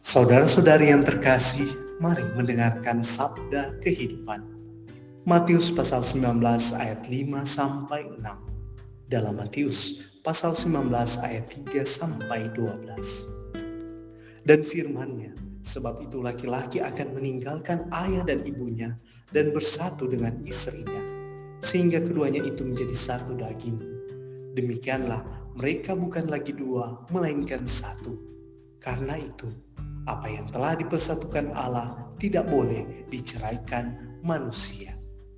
Saudara-saudari yang terkasih, mari mendengarkan sabda kehidupan. Matius pasal 19 ayat 5 sampai 6. Dalam Matius pasal 19 ayat 3 sampai 12. Dan firman-Nya, sebab itu laki-laki akan meninggalkan ayah dan ibunya dan bersatu dengan istrinya, sehingga keduanya itu menjadi satu daging. Demikianlah mereka bukan lagi dua, melainkan satu. Karena itu, apa yang telah dipersatukan Allah tidak boleh diceraikan manusia.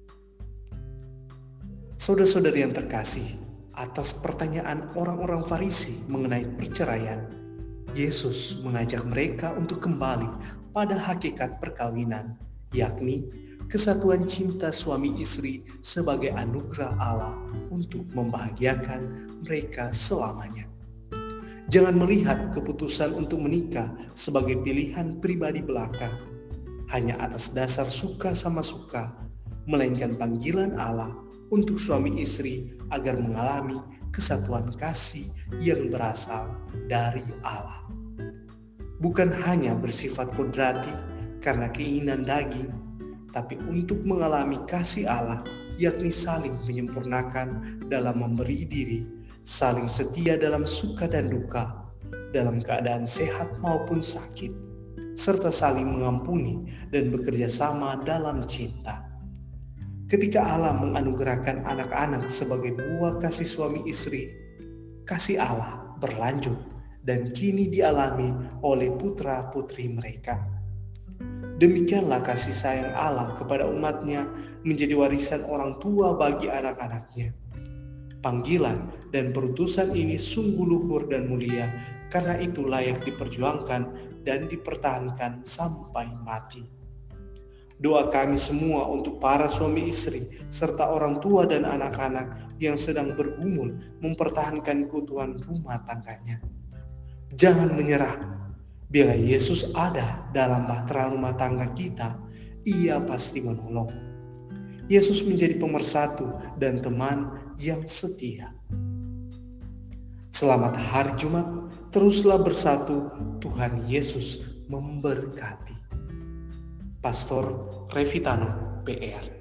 Saudara-saudari yang terkasih, atas pertanyaan orang-orang Farisi mengenai perceraian, Yesus mengajak mereka untuk kembali pada hakikat perkawinan, yakni kesatuan cinta suami istri sebagai anugerah Allah untuk membahagiakan mereka selamanya. Jangan melihat keputusan untuk menikah sebagai pilihan pribadi belaka, hanya atas dasar suka sama suka, melainkan panggilan Allah untuk suami istri agar mengalami kesatuan kasih yang berasal dari Allah. Bukan hanya bersifat kodrati karena keinginan daging, tapi untuk mengalami kasih Allah, yakni saling menyempurnakan dalam memberi diri, saling setia dalam suka dan duka, dalam keadaan sehat maupun sakit, serta saling mengampuni dan bekerja sama dalam cinta. Ketika Allah menganugerahkan anak-anak sebagai buah kasih suami istri, kasih Allah berlanjut dan kini dialami oleh putra-putri mereka. Demikianlah kasih sayang Allah kepada umatnya menjadi warisan orang tua bagi anak-anaknya. Panggilan dan perutusan ini sungguh luhur dan mulia, karena itu layak diperjuangkan dan dipertahankan sampai mati. Doa kami semua untuk para suami istri serta orang tua dan anak-anak yang sedang bergumul mempertahankan keutuhan rumah tangganya. Jangan menyerah. Bila Yesus ada dalam bahtera rumah tangga kita, Ia pasti menolong. Yesus menjadi pemersatu dan teman yang setia. Selamat hari Jumat, teruslah bersatu, Tuhan Yesus memberkati. Pastor Revitano, PR.